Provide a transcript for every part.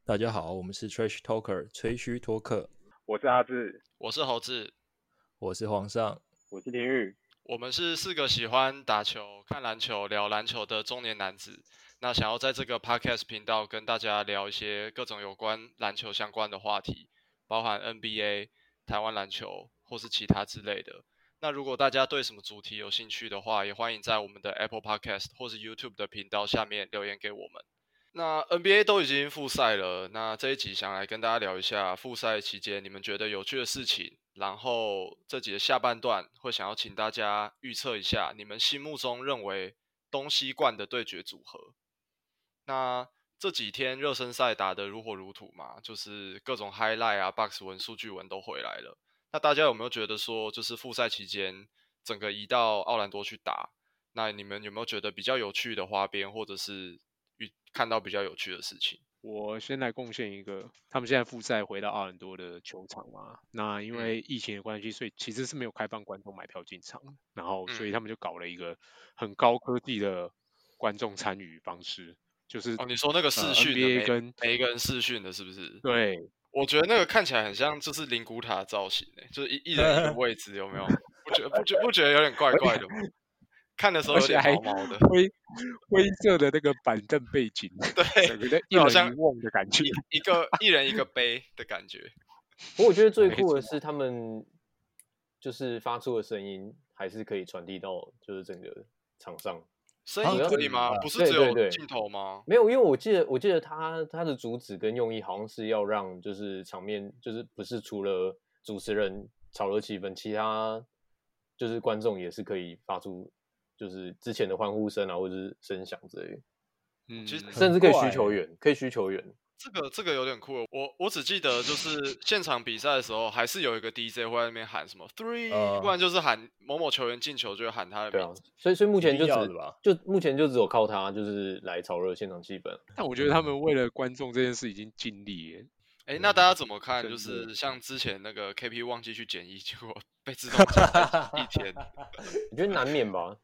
大家好，我们是 Trash Talker 吹嘘托客， 我是阿志， 我是猴子， 我是皇上， 我是田玉。 我们是四个喜欢打球、看篮球、聊篮球的中年男子。那想要在这个 podcast 频道跟大家聊一些各种有关篮球相关的话题，包含 NBA、台湾篮球或是其他之类的。那如果大家对什么主题有兴趣的话，也欢迎在我们的 Apple Podcast 或是 YouTube 的频道下面留言给我们。那 NBA 都已经复赛了，那这一集想来跟大家聊一下复赛期间你们觉得有趣的事情，然后这集的下半段会想要请大家预测一下你们心目中认为东西冠的对决组合。那这几天热身赛打得如火如荼嘛，就是各种 highlight 啊、box 文、数据文都回来了。那大家有没有觉得说，就是复赛期间整个移到奥兰多去打，那你们有没有觉得比较有趣的花边，或者是看到比较有趣的事情？ 我先来贡献一个，他们现在复赛回到奥兰多的球场嘛，那因为疫情的关系，所以其实是没有开放观众买票进场，然后所以他们就搞了一个很高科技的观众参与方式，就是你说那个视讯的 NBA 跟每一个人视讯的，是不是？ 对， 我觉得那个看起来很像就是灵骨塔的造型就是一人一个位置，有没有？不觉得有点怪怪的吗？看的时候有点毛毛的， 灰色的那个板凳背景， 对， 整个一人一瓮的感觉， 一人一个杯的感觉。 不过我觉得最酷的是他们就是发出的声音还是可以传递到就是整个场上。 声音可以吗？不是只有镜头吗？ 没有，因为我记得他的主旨跟用意好像是要让就是场面就是不是除了主持人炒热气氛，其他就是观众也是可以发出就是之前的欢呼声啊，或者是声响之类的。 其实甚至可以需球员，可以需球员。 这个有点酷。我只记得就是现场比赛的时候，还是有一个 DJ 会在那边喊什么 3，不然就是喊某某球员进球就会喊他的名字。 对啊，所以目前目前就只有靠他就是来炒热现场气氛。 但我觉得他们为了观众这件事已经尽力耶。 那大家怎么看？就是像之前那个 KP 忘记去检疫，结果被自动检疫一天， 我觉得难免吧。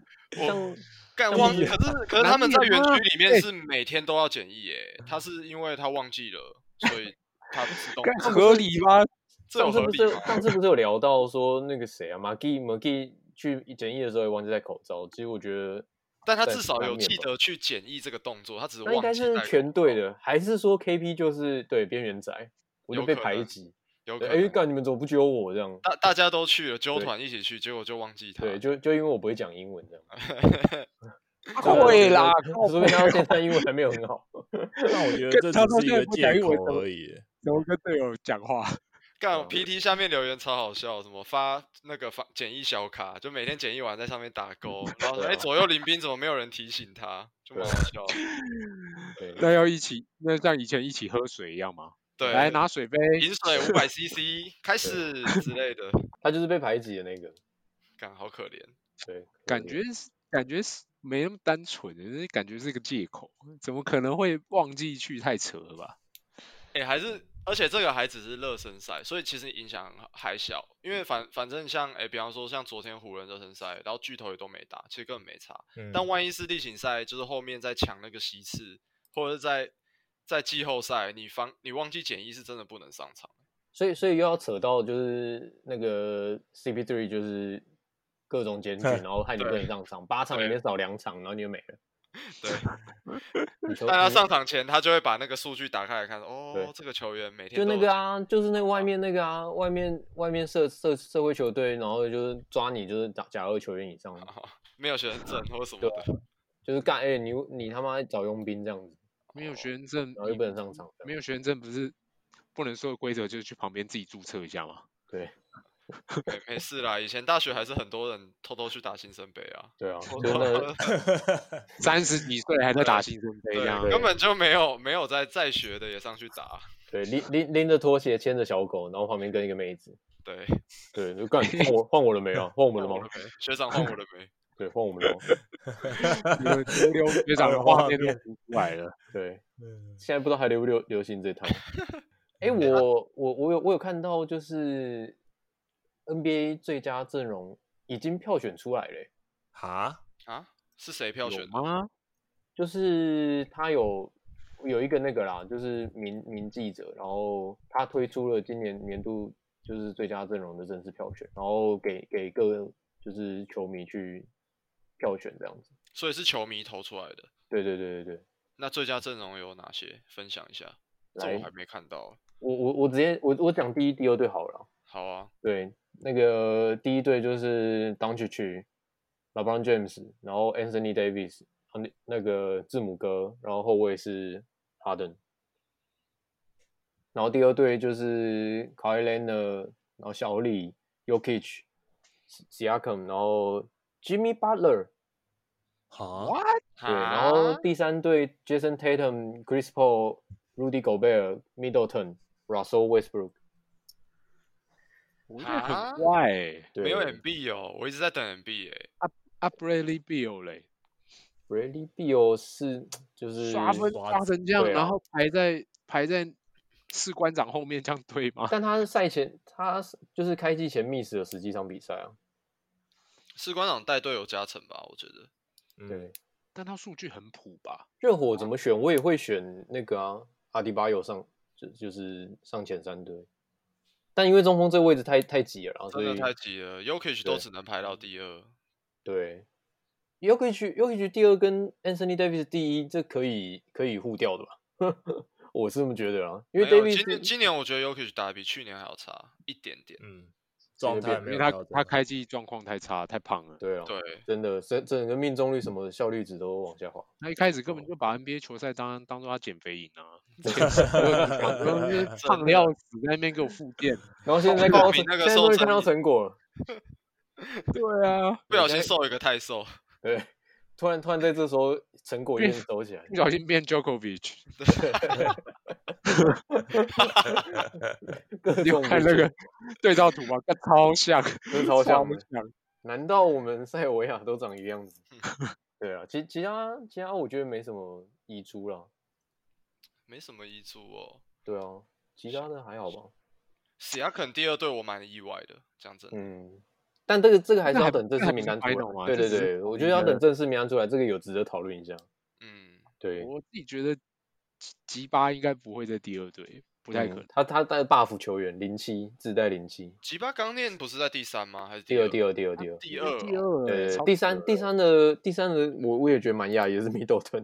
可是他们在园区里面是每天都要检疫耶。他是因为他忘记了，所以他自动合理吗？ 这有合理吗？ 上次不是有聊到说那个谁啊 ，Magi 去检疫的时候也忘记戴口罩。其实我觉得， 但他至少有记得去检疫这个动作，他只是忘记。 那应该是全队的，还是说 KP 就是对边缘仔，我就被排挤。 有可能， 干你们怎么不揪我这样？ 大家都去了，揪团一起去，结果就忘记他。 对，就因为我不会讲英文这样。 会啦， 说明他现在英文还没有很好。 那我觉得这只是一个借口而已。 怎么跟队友讲话？ 干 PT 下面留言超好笑，什么发那个检疫小卡，就每天检疫完在上面打勾，然后说左右邻兵怎么没有人提醒他，就蛮好笑的。 那要那像以前一起喝水一样吗？ 对， 来拿水杯， 饮水500cc 开始之类的。 他就是被排挤的那个， 干好可怜。 对， 感觉没那么单纯，感觉是个借口，怎么可能会忘记去？太扯了吧？ 而且这个还只是热身赛，所以其实影响还小，因为反正像比方说像昨天湖人热身赛，然后巨头也都没打，其实根本没差。但万一是例行赛，就是后面在抢那个席次，或者是在季后赛，你忘记检疫是真的不能上场。 所以又要扯到就是那个 CP3 就是各种检举，然后害你不能上场，8场里面少2场，然后你就没了。 对，但他上场前，他就会把那个数据打开来看，这个球员每天就那个啊，就是那个外面那个啊，外面社会球队，然后就是抓你，就是假2球员以上， 没有学生证或什么的， 就是干你他妈找佣兵这样子， 没有学生证， 然后又不能上场， 没有学生证不是不能说的规则，就是去旁边自己注册一下嘛。 对。 没事啦，以前大学还是很多人偷偷去打新生杯啊。 对啊， 真的30几岁还在打新生杯这样， 根本就没有在学的也上去打。 对，拎着拖鞋牵着小狗，然后旁边跟一个妹子。 对， 就干换我了没啊？换我们了吗？ 学长换我了没？ 对，换我们了。 流学长的画面都浮出来了。 对，现在不知道还流不流行这套。我有看到就是。NBA 最佳阵容已经票选出来了。 是谁票选吗？ 就是他有有一个那个啦，就是名记者，然后他推出了今年年度就是最佳阵容的正式票选，然后给各就是球迷去票选这样子。 所以是球迷投出来的。 对。 那最佳阵容有哪些？分享一下。这我还没看到。 我直接我讲第一、第二队好了。 好啊。 对，那个第一队就是 Doncic、LeBron James， 然后 Anthony Davis， 那个字母哥，然后后卫是 Harden。然后第二队就是 Kawhi Leonard， 然后小李 Jokic、Siakam， 然后 Jimmy Butler。 What？ 对，然后第三队 Jason Tatum、Chris Paul、Rudy Gobert、Middleton、Russell Westbrook。 我觉得很怪没有 MB 哦，我一直在等 MB Bradley Beal 嘞 ，Bradley Beal 是就是刷分刷成这样，然后排在士官长后面，这样对吗？ 但他是赛前，他就是开季前 miss 了10几场比赛啊。 士官长带队有加成吧？我觉得。 对， 但他数据很普吧？ 热火怎么选？我也会选那个啊，阿迪巴约上就是上前3队。但因为中锋这个位置太挤了， 真的太挤了 ，Jokic 都只能排到第2。 对 ，Jokic 第2跟 Anthony Davis 第1，这可以互调的吧？我是这么觉得啊，因为 Davis 今年我觉得 Jokic 打得比去年还要差一点点。 状态没有因为他开季状况太差，太胖了。 对啊， 对， 真的整个命中率什么效率值都往下滑。 他一开始根本就把 NBA 球赛当做他减肥营啊，胖的要死，在那边给我复健， 然后现在终于看到成果了。 对啊， 不小心瘦一个太瘦。 对，突然在这时候成果有点走起来， 不小心变 Djokovic。你有看那个对照图吗？超像， 超像。难道我们塞尔维亚都长一个样子？对啊，其他我觉得没什么遗珠啦。 没什么遗珠哦。 对啊，其他的还好吧。 Siakam第2队我蛮意外的，讲真的。 但这个还是要等正式名单出来。对，我觉得要等正式名单出来，这个有值得讨论一下。对， 我自己觉得吉巴应该不会在第2队，不太可能。 他带 buff 球员07自带07。 吉巴刚念不是在第3吗？还是第二？ 第2。 对，第三的我也觉得蛮讶异的是 Middleton。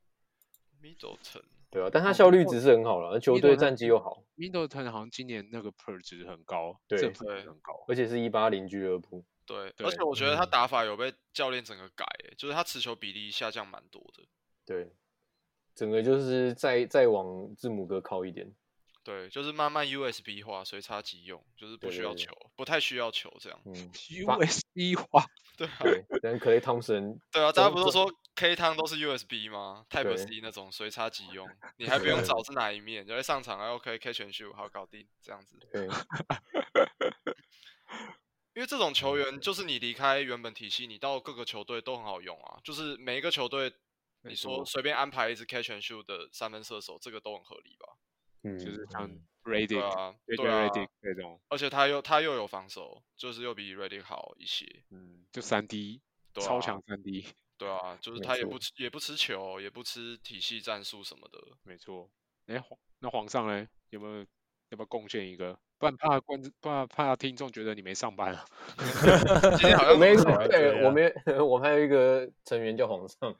对啊，但他效率值是很好了，球队战绩又好。 Middleton 好像今年那个 PER 值很高， 对， 很高， 而且是180俱乐部。 对，而且我觉得他打法有被教练整个改，就是他持球比例下降蛮多的。 对，整个就是再往字母哥靠一点。 对，就是慢慢 USB 化，随插即用，就是不需要球，不太需要球这样。 USB 化， 对啊。 对，但Klay Thompson。 对啊，大家不是说 K 汤都是 USB 吗 ？Type C 那种随插即用，你还不用找是哪一面，就会上场OK catch and shoot， 好搞定这样子。 对。 因为这种球员就是你离开原本体系，你到各个球队都很好用啊，就是每一个球队，你说随便安排一支 catch and shoot 的3分射手，这个都很合理吧？ 就是像 Redick 对啊 Redick 那种， 而且他又有防守，就是又比 Redick 好一些。 就3D，超强3D。 对啊，就是他也不吃球，也不吃体系战术什么的。 没错。那皇上嘞，要不要贡献一个？不然怕听众觉得你没上班啊。 今天好像没对，我还有一个成员叫皇上。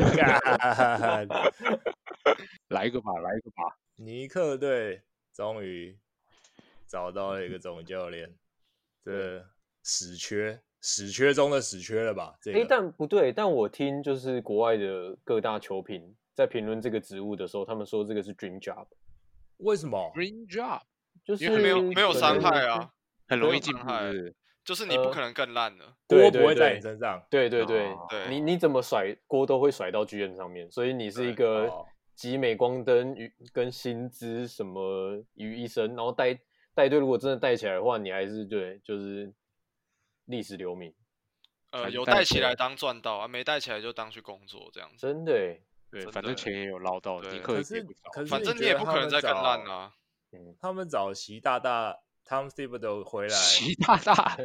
来一个吧。 尼克队终于找到了一个总教练，这史缺中的史缺了吧？ 但不对，但我听就是国外的各大球评在评论这个职务的时候，他们说这个是 dream job。 为什么 ？dream job 就是没有伤害啊， 很容易进步， 就是你不可能更烂了， 锅不会在你身上。 对，你怎么甩锅都会甩到 GM 上面，所以你是一个集镁光灯跟薪资什么于一身，然后带队如果真的带起来的话，你还是就是历史留名。 有带起来当赚到啊，没带起来就当去工作这样子。 真的对，反正钱也有捞到，尼克也不少。 反正你也不可能再更烂啊。 他们找习大大 Tom Thibodeau 回来， 习大大，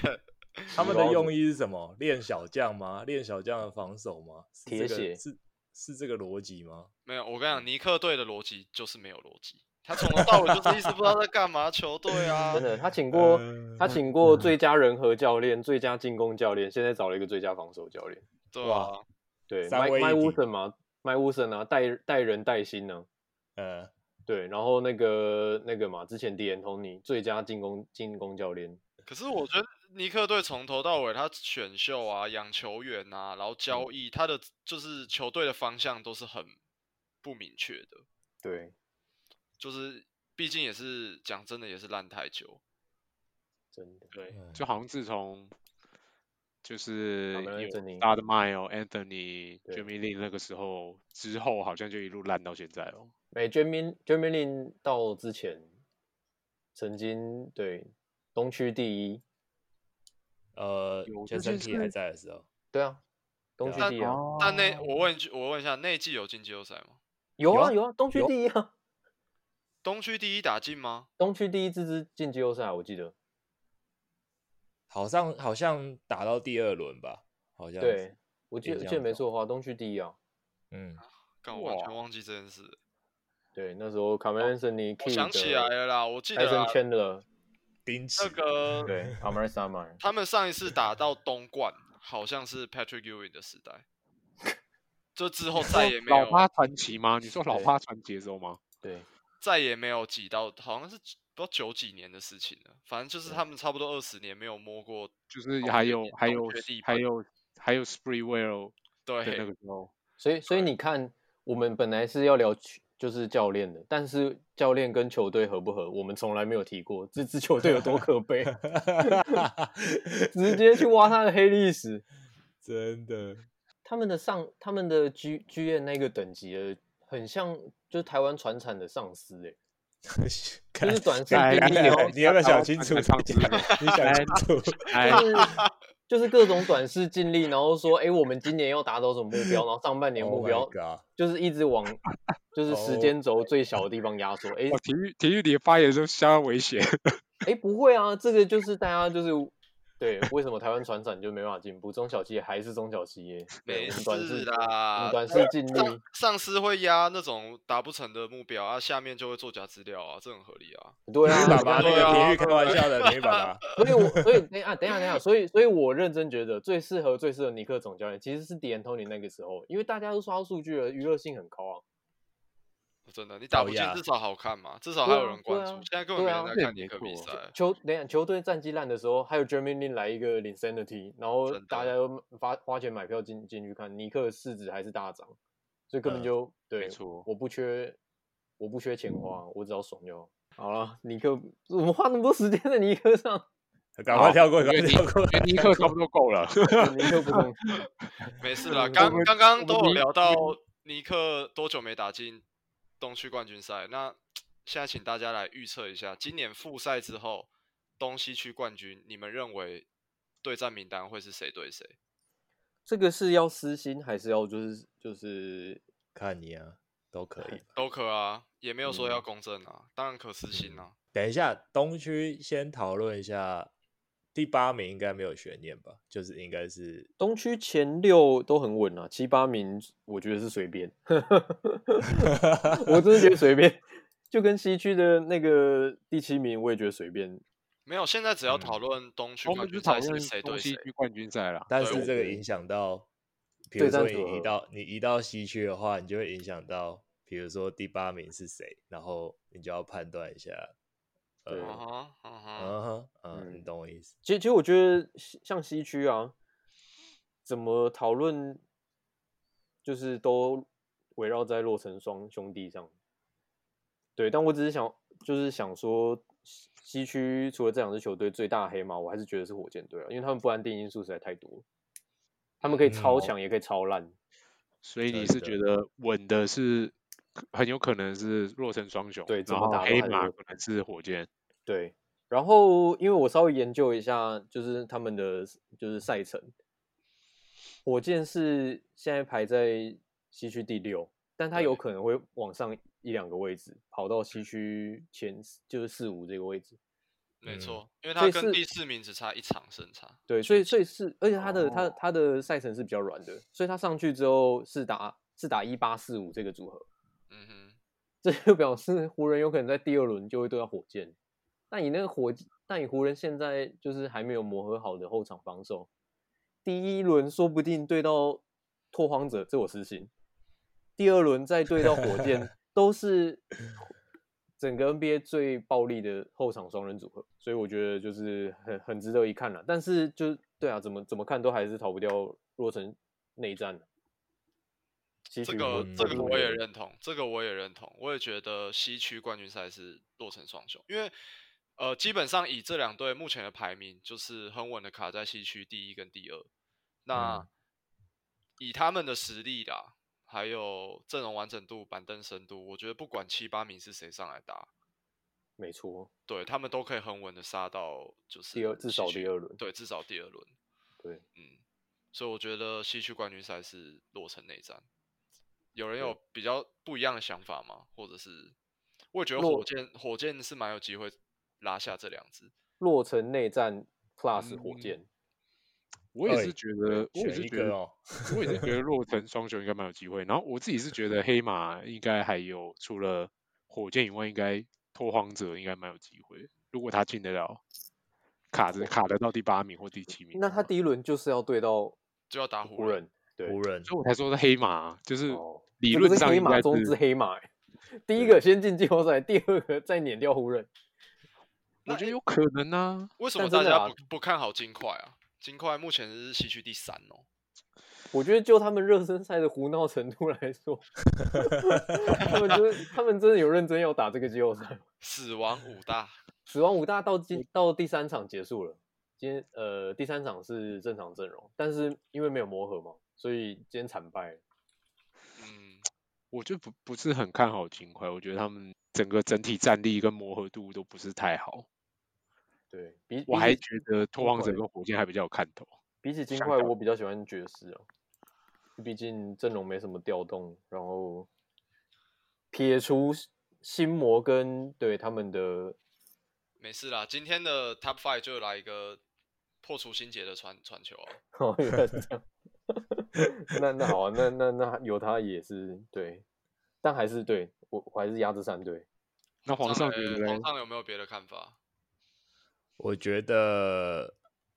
他们的用意是什么？练小将吗？练小将的防守吗？ 铁血是这个逻辑吗？ 没有，我跟你讲，尼克队的逻辑就是没有逻辑，他从头到尾就是一直不知道在干嘛。球队啊， 真的，他请过最佳人和教练、最佳进攻教练，现在找了一个最佳防守教练。 对啊， 对三位一体 ，Mike Woodson 嘛，Mike Woodson 啊，带人带心呢。对，然后那个嘛，之前 D'Antoni 最佳进攻教练。 可是我觉得尼克队从头到尾，他选秀啊、养球员啊，然后交易，他的就是球队的方向都是很不明确的。 对， 就是毕竟也是讲真的，也是烂太久。 真的。 对，就好像自从就是有 Stoudemire、Anthony、Jeremy Lin 那个时候之后，好像就一路烂到现在哦。 Jeremy Lin 到之前曾经对东区第一， 全身体还在的时候， 对啊，东区第一啊。 但我问一下，那一季有进季后赛吗？ 有啊，东区第一啊。 东区第一打进吗？ 东区第一支进季后赛，我记得。 好像打到第2轮吧，好像。 对，我记得没错的话，东区第一啊。 干，我完全忘记这件事。 对，那时候卡梅伦森尼， 我想起来了啦，我记得啦。签了那个对 Amar Samar。 他们上一次打到东冠，好像是 Patrick Ewing 的时代，就之后再也没有。 老八传奇吗？你说老八传奇的时候吗？ 对， 再也没有挤到，好像是不知道90几年的事情了。反正就是他们差不多20年没有摸过， 就是还有 Sprewell 对那个时候。 所以你看，我们本来是要聊就是教练的，但是教练跟球队合不合，我们从来没有提过这支球队有多可悲，直接去挖他的黑历史， 真的。 他们的GM 那个等级的，很像就是台湾传产的上司就是短视经历， 你要不要想清楚？你想清楚， 就是各种短视尽力，然后说，我们今年要达到什么目标，然后上半年目标就是一直往就是时间轴最小的地方压缩。 体育里的发言都相当危险。 不会啊，这个就是大家就是对，为什么台湾传产就没办法进步？中小企业还是中小企业， 没事啦， 短视尽力。 上司会压那种达不成的目标啊，下面就会做假资料啊，这很合理啊。 对啊， 爸爸那个体育开玩笑的，体育爸爸。 所以等一下，所以我认真觉得最适合尼克总教练其实是D'Antoni那个时候，因为大家都刷到数据了，娱乐性很高啊。 真的，你打不进至少好看嘛，至少还有人关注。现在根本没人在看尼克比赛。 球队战绩烂的时候，还有 Jeremy Lin 来一个 Insanity， 然后大家都花钱买票进去看，尼克的市值还是大涨，所以根本就对，我不缺钱花，我只要爽就好。好了，尼克，我们花那么多时间在尼克上， 赶快跳过， 尼克差不多够了。 尼克不动， 没事啦。刚刚都有聊到尼克多久没打进东区冠军赛，那现在请大家来预测一下，今年复赛之后东西区冠军，你们认为对战名单会是谁对谁？ 这个是要私心还是要就是看你啊，都可以， 都可啊，也没有说要公正啊，当然可私心啊。 等一下，东区先讨论一下，第8名应该没有悬念吧？就是应该是东区前6都很稳啊，7、8名我觉得是随便，我真的觉得随便，就跟西区的那个第7名，我也觉得随便。 没有，现在只要讨论东区冠军赛是谁对谁， 西区冠军赛啦。 但是这个影响到，比如说你移到西区的话，你就会影响到，比如说第8名是谁，然后你就要判断一下。你懂我意思。 其实我觉得像西区啊，怎么讨论，就是都围绕在洛城双兄弟上。对，但我只是想说，西区除了这2支球队，最大的黑马我还是觉得是火箭队啊，因为他们不安定因素实在太多，他们可以超强，也可以超烂。 所以你是觉得稳的是很有可能是洛城双雄， 对，怎么打黑马可能是火箭， 对。然后，因为我稍微研究一下，就是他们的就是赛程，火箭是现在排在西区第6，但他有可能会往上1-2个位置，跑到西区前就是4、5这个位置。 没错，因为他跟第4名只差1场胜差。 对，所以是，而且他的赛程是比较软的，所以他上去之后是打是打1845这个组合， 嗯哼， 这就表示湖人有可能在第2轮就会对到火箭。但以湖人现在就是还没有磨合好的后场防守，第1轮说不定对到拓荒者，这我私心。第2轮再对到火箭，都是整个 NBA 最暴力的后场双人组合，所以我觉得就是很值得一看啦。但是就对啊，怎么看都还是逃不掉洛城内战的。 这个我也认同，我也觉得西区冠军赛是洛城双雄，因为基本上以这2队目前的排名，就是很稳的卡在西区第1跟第2。那以他们的实力啦，还有阵容完整度、板凳深度，我觉得不管7、8名是谁上来打， 没错， 对他们都可以很稳的杀到就是至少第2轮， 对，至少第2轮， 对， 所以我觉得西区冠军赛是洛城内战。有人有比较不一样的想法吗？或者是我也觉得火箭是蛮有机会拉下这2支。 洛城内战 plus 火箭， 我也是觉得，我也是觉得洛城双雄应该蛮有机会。然后我自己是觉得黑马应该还有除了火箭以外，应该拓荒者应该蛮有机会。如果他进得了，卡得到第8名或第7名， 那他第1轮就是要对到就要打湖人，对， 湖人， 所以我才说是黑马，就是理论上黑马中之黑马。第1个先进季后赛，第2个再撵掉湖人。 我觉得有可能啊。 为什么大家不看好金块啊？金块目前是西区第3哦。 我觉得就他们热身赛的胡闹程度来说，他们真的有认真要打这个季后赛。 死亡5大到第3场结束了。今天第3场是正常阵容，但是因为没有磨合嘛，所以今天惨败了。 我就不是很看好金块，我觉得他们整体战力跟磨合度都不是太好。 对， 我还觉得拓荒者跟火箭还比较有看头。 比起金块，我比较喜欢爵士啊，毕竟阵容没什么调动，然后撇除心魔跟对他们的， 没事啦，今天的 Top 5就来一个破除心结的传球啊。 哦，原来是这样。那好啊，那有他也是对，但还是对我还是压这3队。 那皇上有没有别的看法？ 我觉得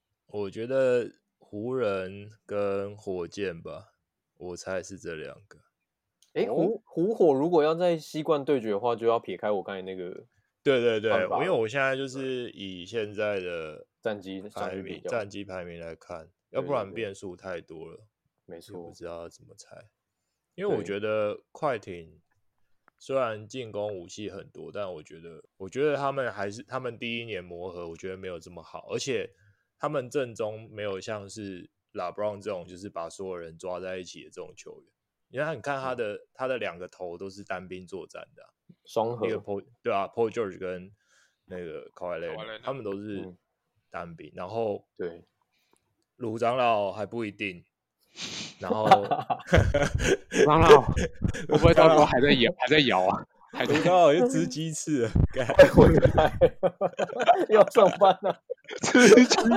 湖人跟火箭吧，我猜是这2个。 湖火如果要在西冠对决的话，就要撇开我刚才那个。 对，因为我现在就是以现在的战绩排名来看，要不然变数太多了， 没错， 不知道要怎么猜。因为我觉得快艇虽然进攻武器很多，但我觉得他们第1年磨合，我觉得没有这么好，而且他们阵中没有像是 LeBron 这种就是把所有人抓在一起的这种球员。你看他的2个头都是单兵作战的双核， 对啊 ，Paul George 跟那个 Kawhi Leonard 他们都是单兵，然后对鲁长老还不一定。然后， 长老，会不会到时候还在摇啊？ 还在摇，又吃鸡翅了， 快回来，要上班了， 吃鸡。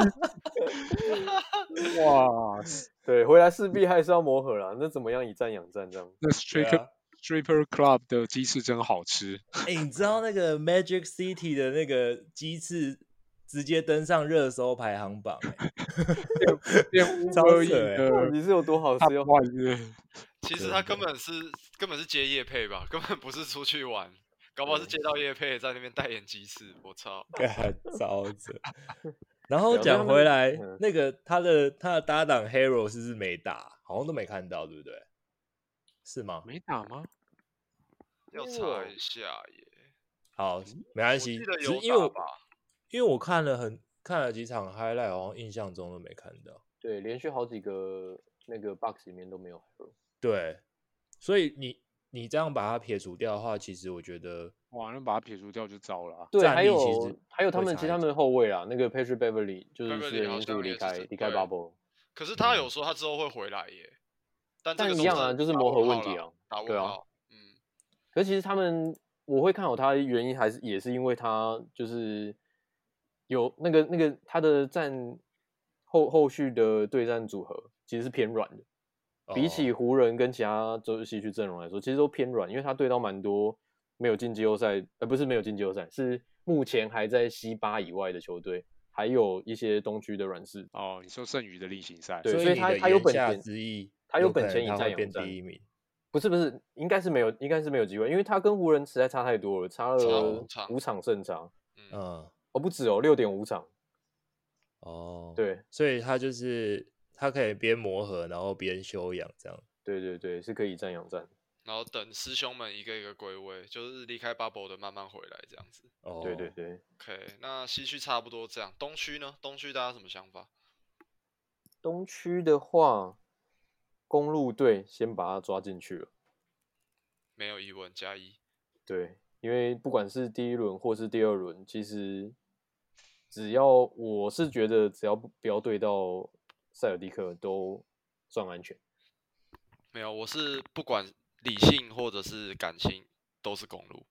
哇， 对，回来势必还是要磨合啦。那怎么样以战养战这样？ 那 Stripper Club 的鸡翅真好吃。 你知道那个 Magic City 的那个鸡翅直接登上热搜排行榜超扯你是有多好吃要换其实他根本是接业配吧，根本不是出去玩，搞不好是接到业配在那边代言鸡翅，我操， 超扯。然后讲回来，那个他的搭档 Hero 是不是没打？好像都没看到，对不对？是吗？ 没打吗？ 要查一下耶。 好，没关系，只是因为我看了几场 highlight， 好像印象中都没看到。 对，连续好几个那个 box 里面都没有 Hero。 对，所以你这样把它撇除掉的话，其实我觉得哇，那把它撇除掉就糟了啊。 对，还有他们的后卫啦，那个 Patrick Beverly 就是4人因素离开 Bubble。 可是他有说他之后会回来耶，但一样啊，就是磨合问题啊。对啊，可是其实我会看好他的原因也是因为他就是有那个他的后续的对战组合其实是偏软的。 比起湖人跟其他洲西区阵容来说，其实都偏软，因为他对到蛮多没有进季后赛，不是没有进季后赛，是目前还在西巴以外的球队，还有一些东区的软式。 哦，你说剩余的例行赛， 对，所以你的他有言下本钱， 之意， 他有本钱以他会变战养战。 第一名。 不是，应该是没有机会，因为他跟湖人实在差太多了，差了5场胜差。不止哦，6.5场。对， 所以他就是他可以边磨合，然后边休养这样。 对，是可以以战养战。 然后等师兄们一个一个归位，就是离开 bubble 的慢慢回来这样子。 对。 OK， 那西区差不多这样，东区呢？东区大家什么想法？ 东区的话，公鹿队先把他抓进去了， 没有疑问，+1。 对，因为不管是第一轮或是第二轮，其实我是觉得只要不要对到塞尔蒂克都算安全。 没有，我是不管理性或者是感性都是公鹿。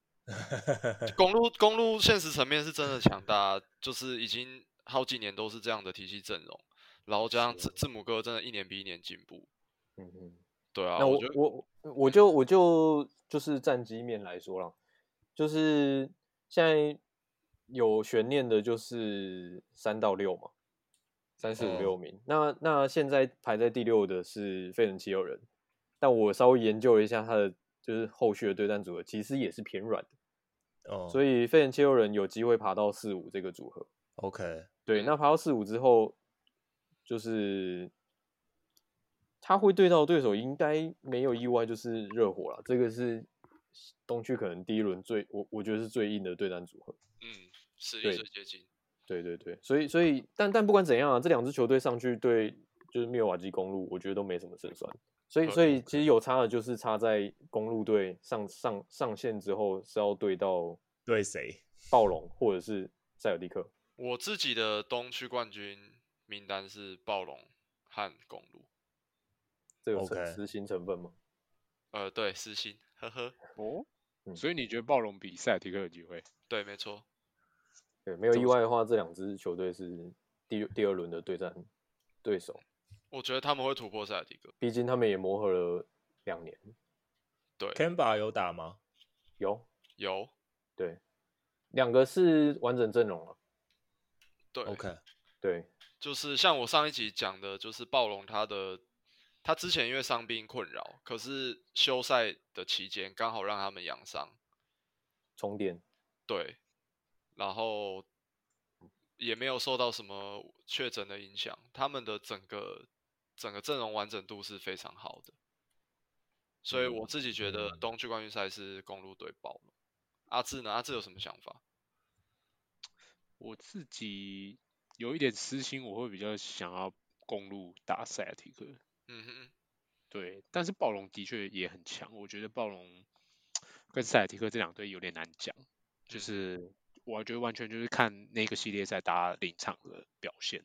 公鹿现实层面是真的强大，就是已经好几年都是这样的体系阵容，然后加上字母哥真的一年比一年进步。对啊。 那我就是战绩面来说啦，就是现在有悬念的就是3到6嘛，3、4、5、6名。那现在排在第6的是费城7号人，但我稍微研究了一下他的就是后续的对战组合，其实也是偏软的。所以费城7号人有机会爬到4、5这个组合。 OK， 对，那爬到4、5之后，就是他会对到的对手应该没有意外就是热火啦，这个是东区可能第一轮我觉得是最硬的对战组合。 实力最接近。 对，所以但不管怎样啊，这2支球队上去对就是密尔瓦基公鹿，我觉得都没什么胜算。所以其实有差的就是差在公鹿队上线之后是要对到对谁？ 暴龙或者是塞尔蒂克。 我自己的东区冠军名单是暴龙和公鹿。 这有私心成分吗？ 对，私心，呵呵。 所以你觉得暴龙比塞尔提克有机会？ 对，没错。 对，没有意外的话，这2支球队是第2轮的对战对手。 我觉得他们会突破塞尔提克， 毕竟他们也磨合了2年。 对 ，Kemba 有打吗？ 有。对，2个是完整阵容了。 对 ，OK， 对， 就是像我上一集讲的，就是暴龙他之前因为伤病困扰，可是休赛的期间刚好让他们养伤充电。 对，然后也没有受到什么确诊的影响，他们的整个阵容完整度是非常好的，所以我自己觉得东区冠军赛是公鹿对暴龙。阿志呢？阿志有什么想法？ 我自己有一点私心，我会比较想要公鹿打塞尔提克。对，但是暴龙的确也很强，我觉得暴龙跟塞尔提克这2队有点难讲，就是我觉得完全就是看那个系列赛打临场的表现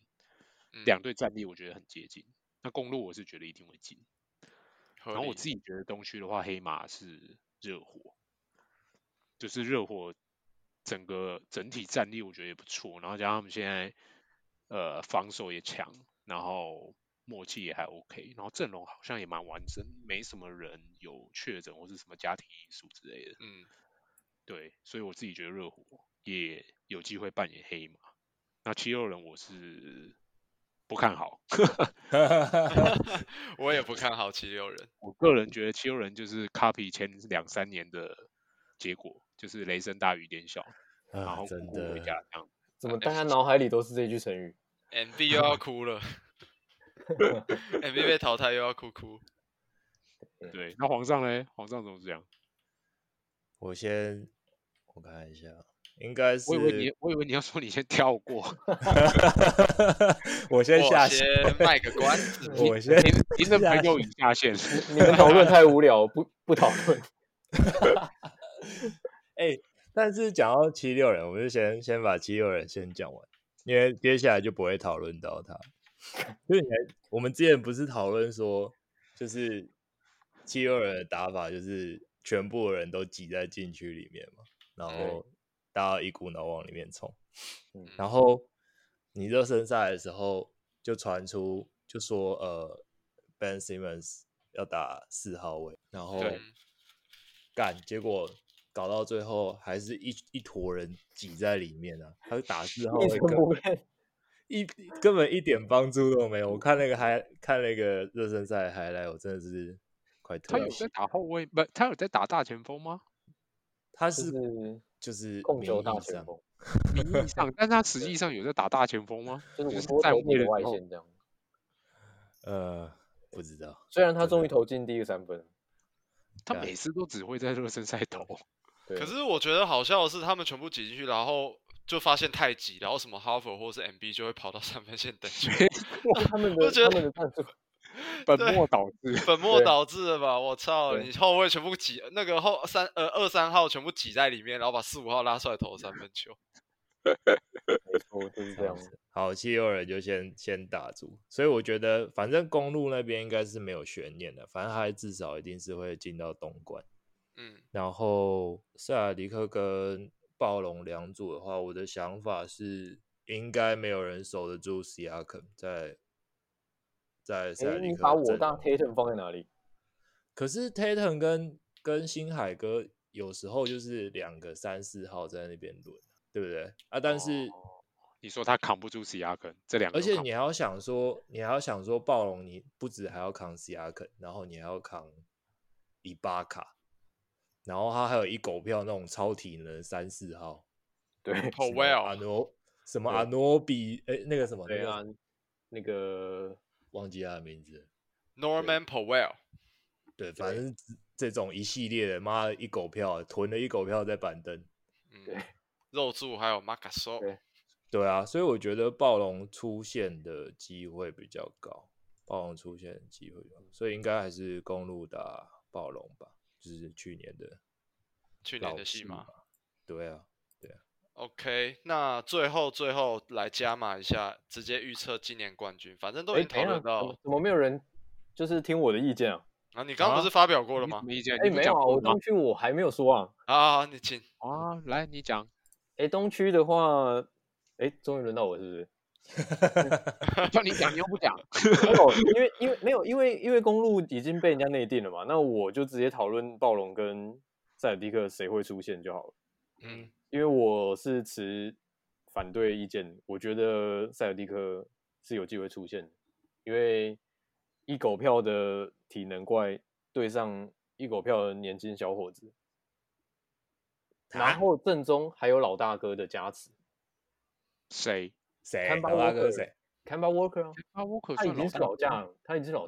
，2队战力我觉得很接近。那公鹿我是觉得一定会进，然后我自己觉得东区的话，黑马是热火，就是热火整体战力我觉得也不错，然后加上他们现在防守也强，然后默契也还 OK， 然后阵容好像也蛮完整，没什么人有确诊或是什么家庭因素之类的。对，所以我自己觉得热火也有机会扮演黑马。那七六人我是不看好， 我也不看好七六人。 我个人觉得七六人就是 copy 前2、3年的结果，就是雷声大雨点小，然后哭回家这样。 怎么大家脑海里都是这句成语 ？MB 又要哭了，MB 被淘汰又要哭。 对，那皇上呢？皇上怎么讲？ 我看一下，应该是。 我以为你要说你先跳过。 我先下线。我先卖个关子。 我先。 您的朋友已下线。 你们讨论太无聊，不讨论。 但是讲到七六人，我们就先把七六人先讲完，因为接下来就不会讨论到他。就是我们之前不是讨论说，就是七六人的打法就是全部的人都挤在禁区里面嘛，然后大家一股脑往里面冲。然后你热身赛的时候就传出就说 Ben Simmons 要打4号位，然后对结果搞到最后还是一坨人挤在里面啊，他就打4号位一成不变。 根本一点帮助都没有。我看那个热身赛highlight，我真的是快他有退血。 在打后卫，不，他有在打大前锋吗？ 他就是控球大前锋， 名义上，但他实际上有在打大前锋吗？ 就是就是站我投你的位的时候， 外线这样。 不知道。 虽然他终于投进第一个3分， 他每次都只会在热身赛投。 对， 可是我觉得好笑的是，他们全部挤进去，然后就发现太挤，然后什么 Harvard 或是 MB 就会跑到3分线等球， 他们我觉得的战术， 本末倒置。 本末倒置了吧？我操， 对你后卫全部挤，那个2、3号全部挤在里面，然后把4、5号拉出来投3分球。 没错，就是这样。 好，七六人就先打住，所以我觉得反正公路那边应该是没有悬念的，反正他至少一定是会进到东冠。然后塞尔迪克跟暴龙两组的话，我的想法是应该没有人守得住 Siakam 在塞尔迪克。 你把我大 Tatum 放在哪里？ 可是 Tatum 跟星海哥有时候就是2个3、4号在那边轮，对不对啊？但是、 你说他扛不住 Siakam 这2个， 而且你还要想说，暴龙你不止还要扛 Siakam，然后你还要扛伊巴卡，然后他还有一狗票那种超体能的3、4号， 对 Powell 阿诺比，那个什么， 对啊，那个忘记他的名字 Norman Powell， 对，反正这种一系列的，妈的一狗票囤了一狗票在板凳， 对， 肉柱还有 Marcus， 对啊，所以我觉得暴龙出现的机会比较高，所以应该还是公路打暴龙吧，就是去年的戏嘛。 对啊。 OK， 那最后来加码一下，直接预测今年冠军。反正都已经讨论到， 怎么没有人就是听我的意见啊？ 啊，你刚刚不是发表过了吗？ 意见？ 没有啊，我东区我还没有说啊。 啊，你请啊，来你讲。 东区的话，终于轮到我是不是？ 叫你讲，你又不讲。 没有，因为公路已经被人家内定了嘛，那我就直接讨论暴龙跟塞尔蒂克谁会出现就好了。因为我是持反对意见，我觉得塞尔蒂克是有机会出现的，因为一狗票的体能怪对上一狗票的年轻小伙子，然后正中还有老大哥的加持。 谁？ 老大哥谁 ？Kemba Walker 啊 ，Kemba Walker 他已经是老将了，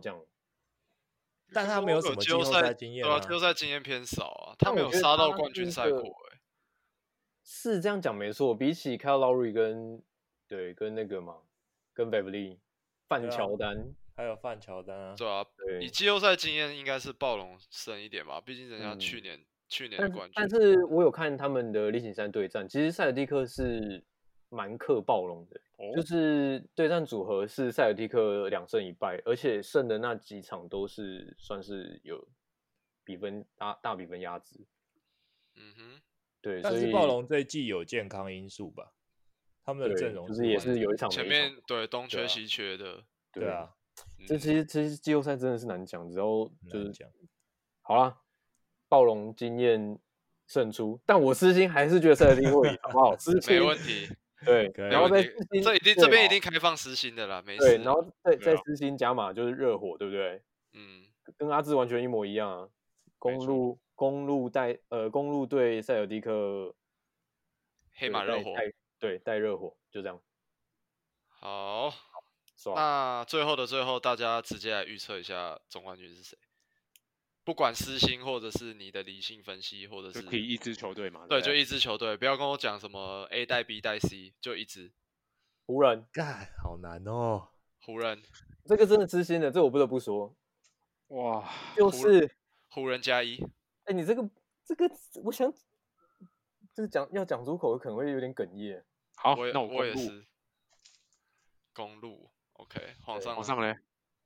但他没有什么季后赛经验啊， 季后赛经验偏少啊，他没有杀到冠军赛过是这样讲没错，比起 Kyle Lowry 跟那个嘛，跟 Beverly 范乔丹， 还有范乔丹啊， 对啊，以季后赛经验应该是暴龙胜一点吧，毕竟人家去年的冠军。 但是我有看他们的例行赛对战，其实塞尔蒂克是蛮克暴龙的，就是对战组合是塞尔蒂克2胜1败，而且胜的那几场都是算是有比分大比分压制。对， 但是暴龙这一季有健康因素吧？他们的阵容就是也是有一场前面东缺西缺的， 对啊。 这其实季后赛真的是难讲，只要就是好啦，暴龙经验胜出，但我私心还是觉得塞尔蒂克会赢，好不好？私心没问题。 对，然后这边一定开放私心的啦，没事。 对，然后再私心加码就是热火，对不对？跟阿志完全一模一样啊。公路对塞尔蒂克黑马热火， 对，带热火，就这样。 好，那最后，大家直接来预测一下总冠军是谁？不管私心或者是你的理性分析，或者是可以一支球队嘛？ 对，就一支球队，不要跟我讲什么 A 带 B 带 C， 就一支。 湖人， 好难哦。 湖人， 这个真的私心的，这我不得不说。 哇， 就是湖人+1。 你这个，我想这个要讲出口可能会有点哽咽。 好，那我也是。公路 ，OK， 皇上嘞？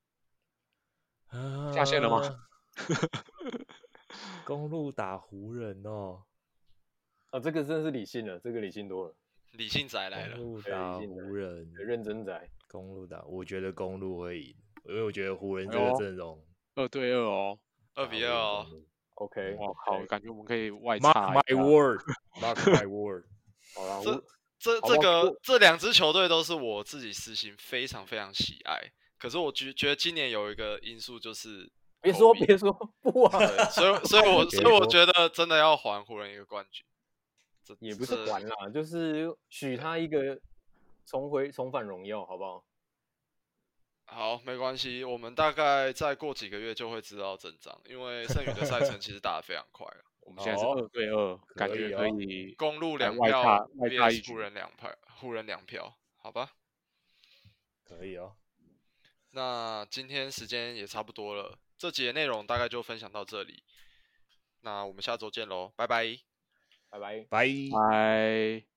下线了吗？ 公路打湖人哦。 这个真的是理性了，这个理性多了。 理性仔来了。 公路打湖人， 认真仔。 公路打，我觉得公路会赢。 因为我觉得湖人这个阵容 2-2哦 2-2哦。 OK， 哇靠，感觉我们可以外 Mark 插 my word，Mark my word。 好啦， 这两支球队都是我自己私心非常非常喜爱，可是我觉得今年有一个因素就是别说不啊， 所以我觉得真的要还湖人一个冠军， 也不是还啦，就是许他一个重返荣耀，好不好？ 好，没关系，我们大概再过几个月就会知道真章，因为剩余的赛程其实打得非常快了。 我们现在是2-2，感觉可以公路2 外票插一 ，VS 湖人2票，好吧？ 可以哦。 那今天时间也差不多了，这集的内容大概就分享到这里，那我们下周见喽，拜拜， 拜。 拜。